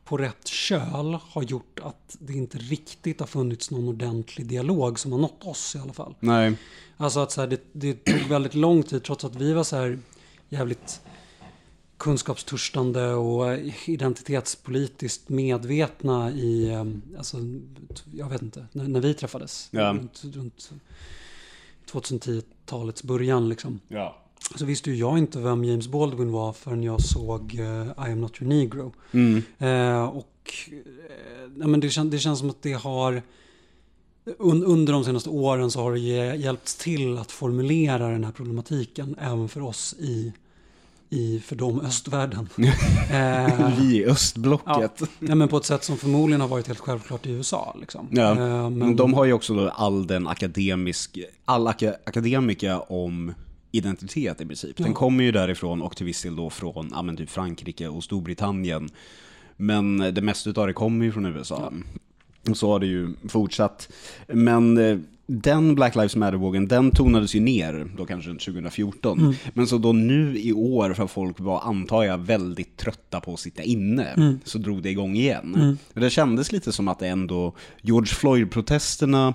på rätt köl har gjort att det inte riktigt har funnits någon ordentlig dialog som har nått oss i alla fall. Nej. Alltså att så här, det tog väldigt lång tid trots att vi var så här jävligt kunskapstörstande och identitetspolitiskt medvetna i, alltså, jag vet inte, när vi träffades. Runt 2010-talets början liksom. Ja. Så visste ju jag inte vem James Baldwin var förrän jag såg I am not your negro. Men det känns som att det har under de senaste åren så har det hjälpt till att formulera den här problematiken även för oss för de östvärlden. Vi i östblocket. Ja, men på ett sätt som förmodligen har varit helt självklart i USA. Liksom. Ja, men de har ju också då alla akademika om identitet i princip. Den kommer ju därifrån och till viss del då från typ Frankrike och Storbritannien. Men det mesta av det kommer ju från USA. Och så har det ju fortsatt. Men den Black Lives Matter-vågen, den tonades ju ner då kanske 2014. Men så då nu i år, för folk var, antar jag, väldigt trötta på att sitta inne, så drog det igång igen. Det kändes lite som att det ändå, George Floyd-protesterna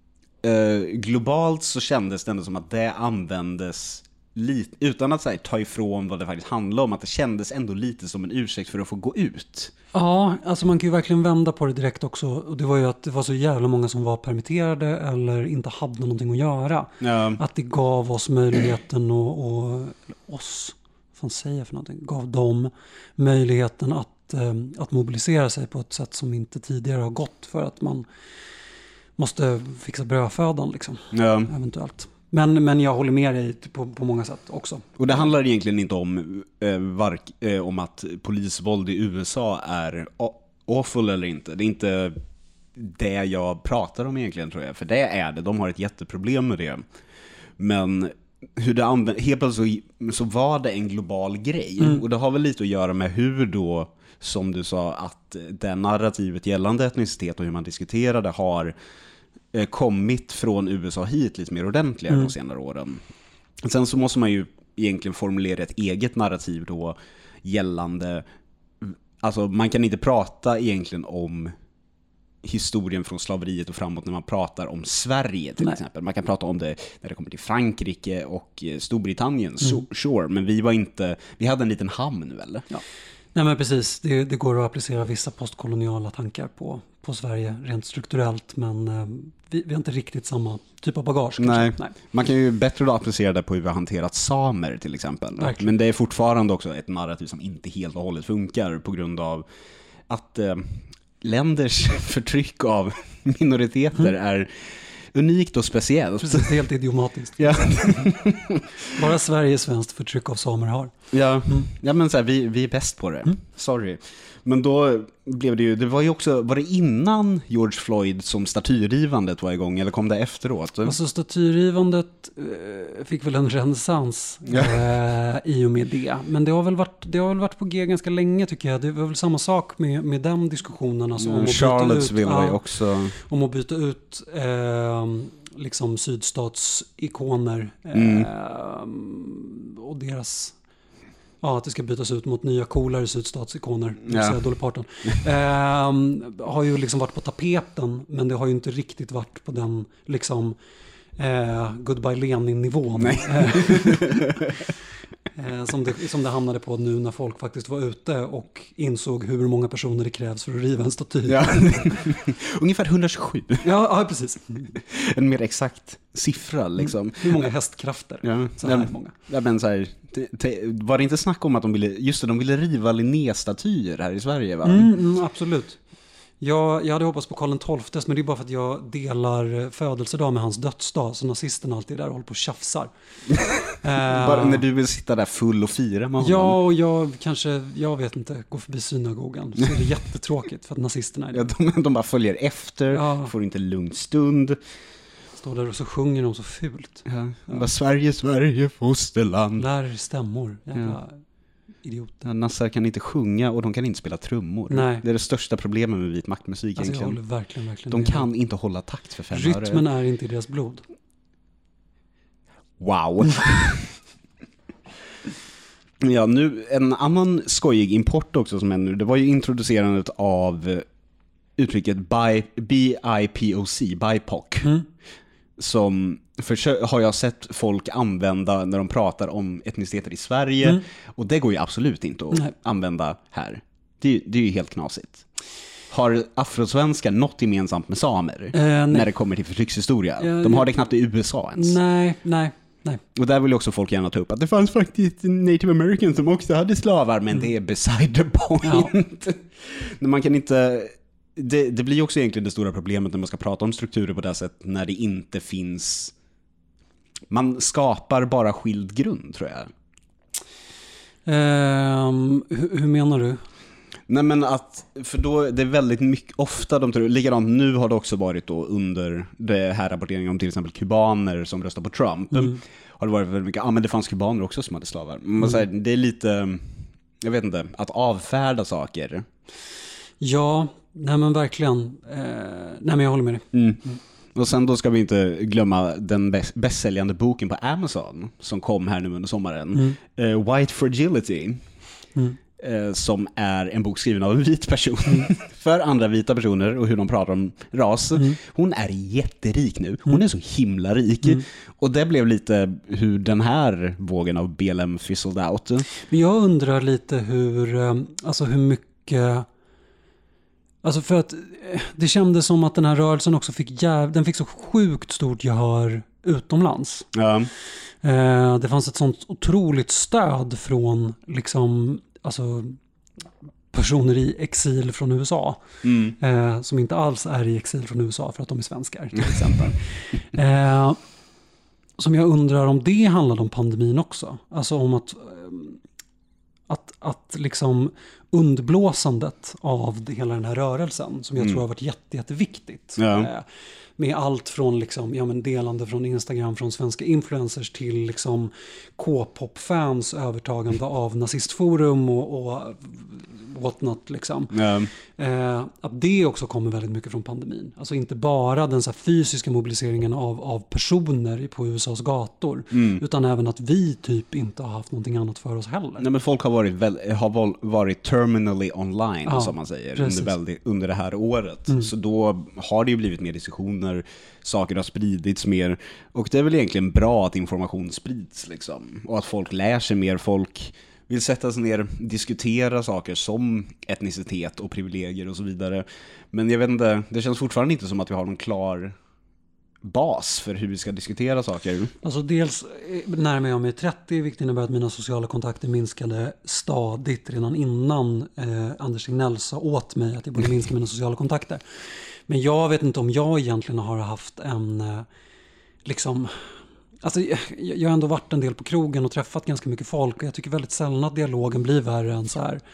globalt så kändes det ändå som att det användes lite, utan att här, ta ifrån vad det faktiskt handlar om, att det kändes ändå lite som en ursäkt för att få gå ut. Ja, alltså man kan ju verkligen vända på det direkt också. Och det var ju att det var så jävla många som var permitterade eller inte hade någonting att göra. Ja. Att det gav oss möjligheten och oss, vad fan säger jag för någonting? Gav dem möjligheten att mobilisera sig på ett sätt som inte tidigare har gått för att man måste fixa brödfödan liksom. Ja. Eventuellt. Men jag håller med dig på många sätt också. Och det handlar egentligen inte om att polisvåld i USA är awful eller inte. Det är inte det jag pratar om egentligen, tror jag. För det är det. De har ett jätteproblem med det. Men hur det helt plötsligt så var det en global grej. Och det har väl lite att göra med hur då, som du sa, att det narrativet gällande etnicitet och hur man diskuterade har kommit från USA hit lite mer ordentligare de senare åren. Sen så måste man ju egentligen formulera ett eget narrativ då gällande, alltså man kan inte prata egentligen om historien från slaveriet och framåt när man pratar om Sverige till exempel. Man kan prata om det när det kommer till Frankrike och Storbritannien, sure, men vi hade en liten hamn väl? Ja. Nej men precis, det går att applicera vissa postkoloniala tankar på Sverige rent strukturellt, men vi har inte riktigt samma typ av bagage. Nej. Man kan ju bättre då applicera det på hur vi har hanterat samer till exempel. Verkligen. Men det är fortfarande också ett narrativ som inte helt och hållet funkar på grund av att länders förtryck av minoriteter är unikt och speciellt. Precis, helt idiomatiskt. Ja. Bara Sverige svenskt förtryck av samer har. Ja, ja men så här, vi är bäst på det. Sorry. Men då blev det var ju också, var det innan George Floyd som statyrivandet var igång eller kom det efteråt? Alltså statyrivandet fick väl en renässans i och med det. Men det har väl varit på G ganska länge tycker jag. Det var väl samma sak med den diskussionen. Alltså, om Charlottesville var ju också... Om att byta ut liksom sydstatsikoner och deras... Ja, att det ska bytas ut mot nya coolare sydstatsikoner. Dolly Parton. Har ju liksom varit på tapeten, men det har ju inte riktigt varit på den liksom Goodbye Lenin-nivån. Som det hamnade på nu när folk faktiskt var ute och insåg hur många personer det krävs för att riva en staty. Ja. Ungefär 127. Ja, precis. En mer exakt siffra liksom. Hur många hästkrafter? Ja. Så här många. Ja, men så här, var det inte snack om att de ville riva Linné-statyer här i Sverige, va? Absolut. Jag hade hoppats på Karl XII, men det är bara för att jag delar födelsedag med hans dödsdag, så nazisterna alltid där och håller på och tjafsar. Bara när du vill sitta där full och fira med honom. Ja, och jag vet inte, gå förbi synagogan. Så är det jättetråkigt för att nazisterna är det. Ja, de bara följer efter, får inte lugn stund. Står där och så sjunger de så fult. Ja. Sverige, fosterland. Lär stämmor, jävla idioter. Nassar kan inte sjunga och de kan inte spela trummor. Nej. Det är det största problemet med vit maktmusik egentligen. Jag håller verkligen de kan inte hålla takt för 5 öre. Rytmen är inte i deras blod. Wow. Ja, nu en annan skojig import också som händer nu, det var ju introducerandet av uttrycket BIPOC, BIPOC, som har jag sett folk använda när de pratar om etniciteter i Sverige, och det går ju absolut inte att använda här. Det är ju helt knasigt. Har afrosvenskar något gemensamt med samer när det kommer till förtryckshistoria? De har det knappt i USA ens. Nej. Och där vill också folk gärna ta upp att det fanns faktiskt native americans som också hade slavar, men det är beside the point. Ja. Man kan inte... Det blir också egentligen det stora problemet när man ska prata om strukturer på det här sättet, när det inte finns... Man skapar bara skild grund, tror jag. Hur menar du? Nej, men att, för då det är väldigt mycket, ofta de tror, likadant nu har det också varit då under det här rapporteringen om till exempel kubaner som röstar på Trump, har det varit väldigt mycket, men det fanns kubaner också som hade slavar. Man säger, det är lite, jag vet inte, att avfärda saker. Ja, nej men verkligen, nej men jag håller med dig. Och sen då ska vi inte glömma den bästsäljande boken på Amazon som kom här nu under sommaren, White Fragility. Som är en bok skriven av en vit person för andra vita personer och hur de pratar om ras. Hon är jätterik nu. Hon är så himla rik. Och det blev lite hur den här vågen av BLM fizzled out. Men jag undrar lite hur mycket... Alltså för att det kändes som att den här rörelsen också fick så sjukt stort gehör utomlands. Ja. Det fanns ett sånt otroligt stöd från liksom... Alltså personer i exil från USA som inte alls är i exil från USA för att de är svenskar till exempel. Som jag undrar om det handlade om pandemin också. Alltså om att liksom undblåsandet av hela den här rörelsen som jag tror har varit jätteviktigt. Ja. Med allt från liksom, delande från Instagram från svenska influencers till liksom K-pop-fans övertagande av nazistforum och whatnot liksom. Att det också kommer väldigt mycket från pandemin. Alltså inte bara den så här fysiska mobiliseringen av personer på USAs gator utan även att vi typ inte har haft någonting annat för oss heller. Nej, men folk har varit terminally online som man säger under det här året. Så då har det ju blivit mer diskussioner, saker har spridits mer, och det är väl egentligen bra att information sprids liksom, och att folk lär sig mer, folk vill sätta sig ner, diskutera saker som etnicitet och privilegier och så vidare. Men jag vet inte, det känns fortfarande inte som att vi har någon klar bas för hur vi ska diskutera saker. Alltså dels närmar jag mig 30, vilket innebär att mina sociala kontakter minskade stadigt redan innan Anders Tegnell sa åt mig att jag borde minska mina sociala kontakter. Men jag vet inte om jag egentligen har haft en liksom... Alltså, jag har ändå varit en del på krogen och träffat ganska mycket folk, och jag tycker väldigt sällan att dialogen blir värre än så här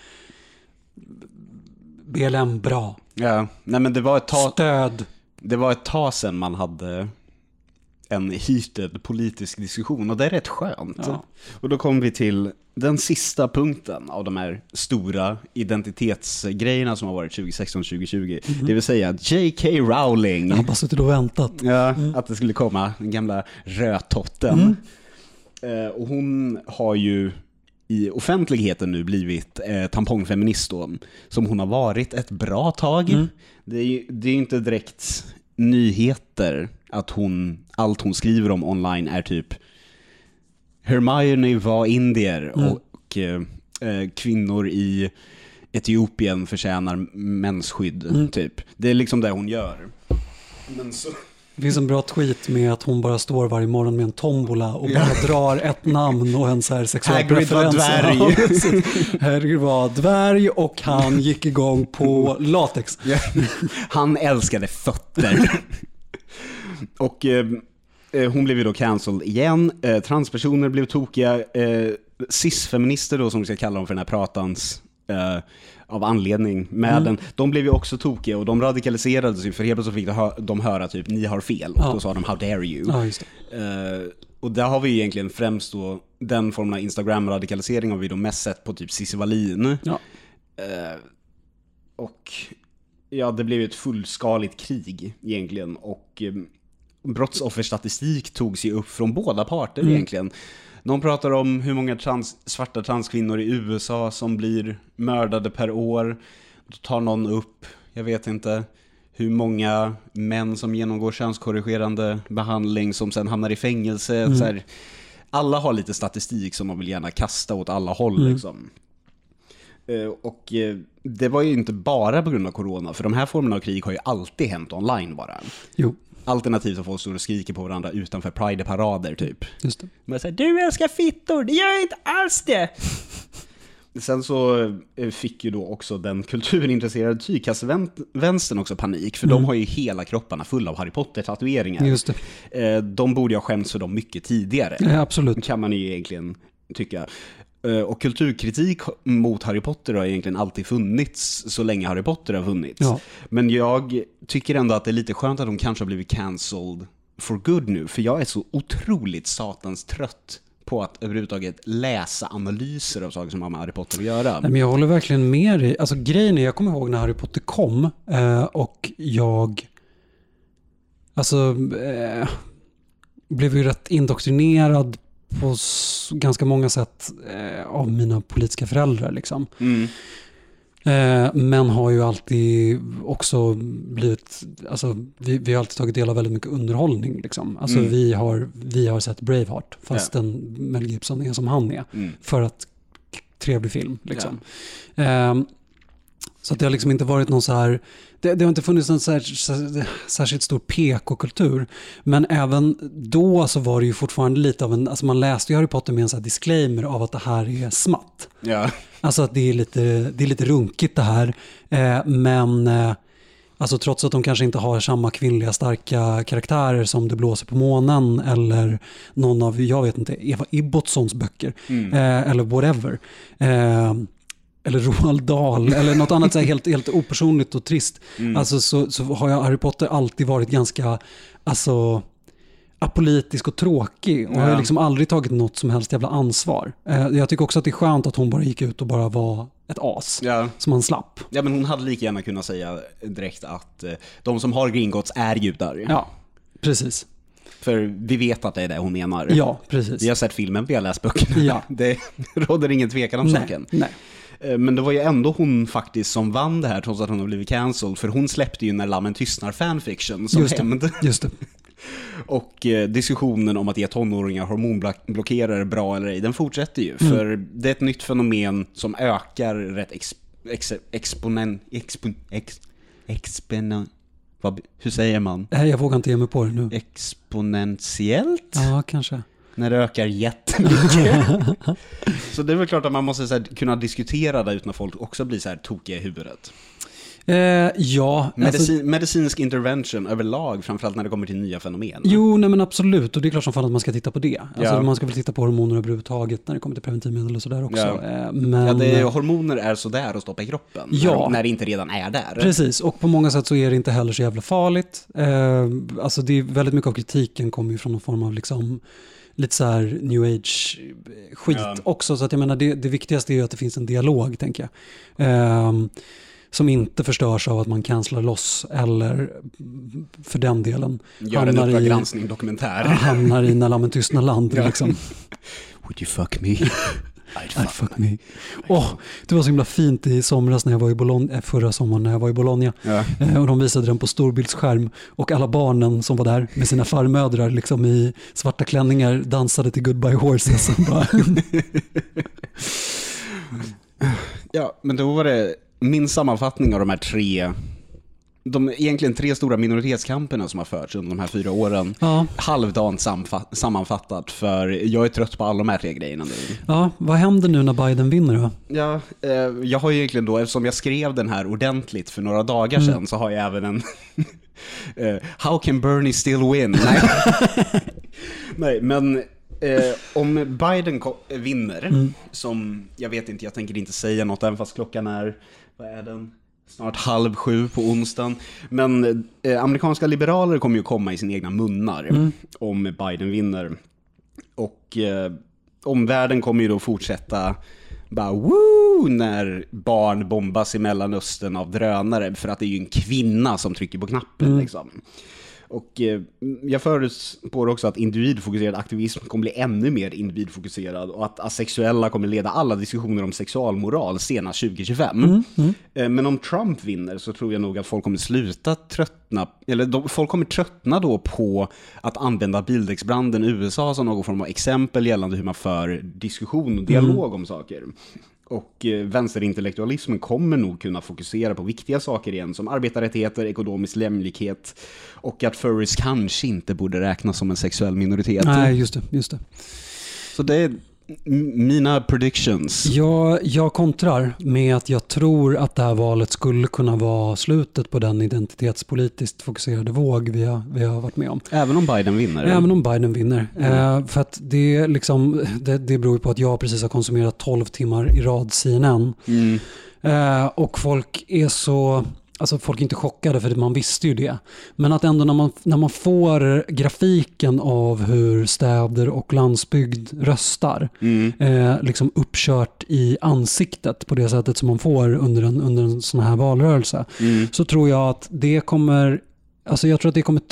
BLM bra. Ja, nej men det var ett tag... Stöd. Det var ett tag sedan man hade en heated politisk diskussion, och det är rätt skönt. Ja. Och då kom vi till den sista punkten av de här stora identitetsgrejerna som har varit 2016-2020. Det vill säga J.K. Rowling. Jag har bara suttit och väntat. Ja, att det skulle komma, den gamla rödtotten. Och hon har ju i offentligheten nu blivit tampongfeminist då, som hon har varit ett bra tag. Det är ju inte direkt nyheter att allt hon skriver om online är typ Hermione var indier och kvinnor i Etiopien förtjänar mensskydd typ. Det är liksom det hon gör. Men så... Det finns en bra tweet med att hon bara står varje morgon med en tombola och bara drar ett namn och en så här sexuell preferens. Hagrid var dvärg och han gick igång på latex. Han älskade fötter. Och hon blev ju då cancelled igen. Transpersoner blev tokiga. Cis-feminister då, som vi ska kalla dem för den här pratans av anledning med den. De blev ju också tokiga och de radikaliserades ju, för helt plötsligt fick de höra typ ni har fel, och då sa de how dare you. Ja, just det. Och där har vi egentligen främst då den formen av Instagram-radikalisering har vi då mest sett på typ Cissi Wallin. Ja. Och ja, det blev ett fullskaligt krig egentligen, och brottsofferstatistik togs ju upp från båda parter egentligen. De pratar om hur många svarta transkvinnor i USA som blir mördade per år. Då tar någon upp, jag vet inte, hur många män som genomgår könskorrigerande behandling som sen hamnar i fängelse. Så här, alla har lite statistik som man vill gärna kasta åt alla håll liksom. Och det var ju inte bara på grund av corona, för de här formerna av krig har ju alltid hänt online bara. Jo. Alternativt att folk står och skriker på varandra utanför Pride-parader typ. Just det. Men säger, du älskar fittor, det gör jag inte alls det. Sen så fick ju då också den kulturintresserade tygkassevänstern också panik, för de har ju hela kropparna fulla av Harry Potter-tatueringar. Just det. De borde ha skämts för dem mycket tidigare. Ja, absolut. Kan man ju egentligen tycka. Och kulturkritik mot Harry Potter har egentligen alltid funnits så länge Harry Potter har funnits. Ja. Men jag tycker ändå att det är lite skönt att de kanske har blivit cancelled for good nu. För jag är så otroligt satans trött på att överhuvudtaget läsa analyser av saker som har med Harry Potter att göra. Men jag håller verkligen med dig. Alltså grejen är, jag kommer ihåg när Harry Potter kom och jag blev ju rätt indoktrinerad på ganska många sätt av mina politiska föräldrar liksom. Men har ju alltid också blivit, alltså vi har alltid tagit del av väldigt mycket underhållning liksom. Alltså vi har sett Braveheart fast den Mel Gibson är som han är för att trevlig film liksom. Så att det har liksom inte varit någon så här, det har inte funnits någon särskilt stor PK-kultur, men även då så var det ju fortfarande lite av en, alltså man läste ju Harry Potter med en så här disclaimer av att det här är smatt. Ja. Alltså att det är lite runkigt det här, men alltså trots att de kanske inte har samma kvinnliga starka karaktärer som Det blåser på månen eller någon av, jag vet inte, Eva Ibbotsons böcker eller whatever. Eller Roald Dahl eller något annat så här helt opersonligt och trist. Alltså så har Harry Potter alltid varit ganska apolitisk och tråkig och har liksom aldrig tagit något som helst jävla ansvar. Jag tycker också att det är skönt att hon bara gick ut och bara var ett as som han slapp. Ja, men hon hade lika gärna kunnat säga direkt att de som har Gringotts är judar. Ja, precis. För vi vet att det är det hon menar. Ja, precis. Vi har sett filmen, vi har läst böckerna. Ja. Det råder ingen tvekan om saken. Nej. Men det var ju ändå hon faktiskt som vann det här trots att hon har blivit cancelled. För hon släppte ju När lammen tystnar fanfiction som hämnd. Just det. Och diskussionen om att ge tonåringar hormonblockerare bra eller ej, den fortsätter ju. För det är ett nytt fenomen som ökar rätt hur säger man? Jag vågar inte ge mig på det nu. Exponentiellt? Ja, kanske. När det ökar jättemycket. Så det är väl klart att man måste så här, kunna diskutera det utan att folk också blir så här tokiga i huvudet. Ja. Medicinsk intervention överlag, framförallt när det kommer till nya fenomen. Jo, nej men absolut. Och det är klart som fan att man ska titta på det. Alltså man ska väl titta på hormoner överhuvudtaget när det kommer till preventivmedel och sådär också. Men hormoner är sådär att stoppa i kroppen. När det inte redan är där. Precis, och på många sätt så är det inte heller så jävla farligt. Alltså det är väldigt mycket av kritiken kommer ju från någon form av liksom lite så här new age skit också. Så att jag menar, det viktigaste är ju att det finns en dialog, tänker jag. Som inte förstörs av att man cancelar loss eller för den delen gör en uppdraggranskning dokumentär. Hamnar i När lammen tystnar land. Liksom. Would you fuck me? I'd fuck me. Det var så himla fint i somras när jag var i Bologna, förra sommaren när jag var i Bologna. Och de visade den på storbildsskärm och alla barnen som var där med sina farmödrar liksom i svarta klänningar dansade till Goodbye Horses. Ja, men då var det min sammanfattning av de här egentligen tre stora minoritetskamperna som har förts under de här 4 åren. Halvdant sammanfattat, för jag är trött på alla de här 3 grejerna nu. Ja, vad händer nu när Biden vinner då? Ja, jag har ju egentligen då, eftersom jag skrev den här ordentligt för några dagar sedan, så har jag även en How can Bernie still win? Nej, men om Biden vinner, som jag vet inte, jag tänker inte säga något även fast klockan är, vad är den? Snart 6:30 på onsdagen. Men amerikanska liberaler kommer ju komma i sina egna munnar om Biden vinner. Och omvärlden kommer ju då fortsätta bara woo när barn bombas i Mellanöstern av drönare, för att det är ju en kvinna som trycker på knappen liksom. Och jag förutspår också att individfokuserad aktivism kommer bli ännu mer individfokuserad och att asexuella kommer leda alla diskussioner om sexualmoral senast 2025. Men om Trump vinner så tror jag nog att folk kommer sluta tröttna, eller folk kommer tröttna då på att använda bildäcksbranden i USA som någon form av exempel gällande hur man för diskussion och dialog om saker. Och vänsterintellektualismen kommer nog kunna fokusera på viktiga saker igen som arbetarrättigheter, ekonomisk jämlikhet och att furries kanske inte borde räknas som en sexuell minoritet. Nej, just det. Så det är mina predictions. Jag kontrar med att jag tror att det här valet skulle kunna vara slutet på den identitetspolitiskt fokuserade våg vi har varit med om. Även om Biden vinner? Även om Biden vinner. För att det, liksom, det beror på att jag precis har konsumerat 12 timmar i rad CNN. Och folk är så... Alltså folk är inte chockade för man visste ju det. Men att ändå när man får grafiken av hur städer och landsbygd röstar liksom uppkört i ansiktet på det sättet som man får under en sån här valrörelse, så tror jag att det kommer, alltså jag tror att det kommer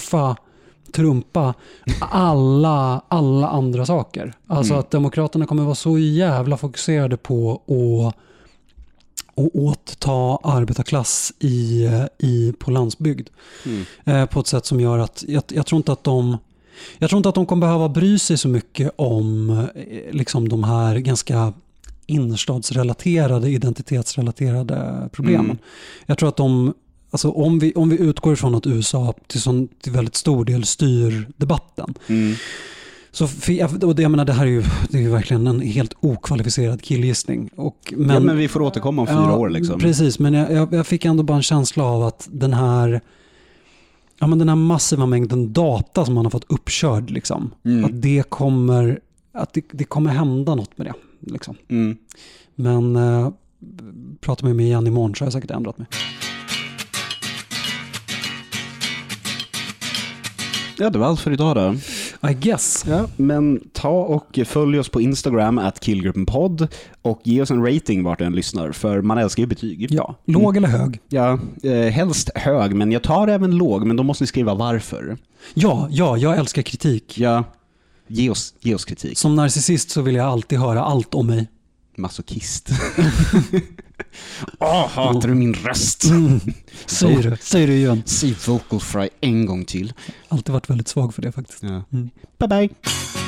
trumpa alla andra saker. Alltså att demokraterna kommer vara så jävla fokuserade på att återta arbetarklass på landsbygd på ett sätt som gör att jag tror inte att de kommer behöva bry sig så mycket om liksom de här ganska innerstadsrelaterade, identitetsrelaterade problemen. Jag tror att alltså om vi utgår ifrån att USA till väldigt stor del styr debatten. Så och jag menar, det är ju verkligen en helt okvalificerad killgissning. Men vi får återkomma om 4 år liksom. Precis, men jag fick ändå bara en känsla av att den här massiva mängden data som man har fått uppkörd liksom, att det kommer hända något med det liksom. Men pratar med mig igen imorgon så har jag säkert ändrat mig. Ja, det var allt för idag då. I guess. Ja, men ta och följ oss på Instagram @killgruppenpodd och ge oss en rating vart den lyssnar, för man älskar ju betyg. Ja, låg eller hög? Ja, helst hög, men jag tar även låg, men då måste ni skriva varför. Ja, jag älskar kritik. Ja, ge oss kritik. Som narcissist så vill jag alltid höra allt om mig. Masochist. Hatar du min röst? Säg det igen. Säg vocal fry en gång till. Alltid varit väldigt svag för det faktiskt. Ja. Bye bye.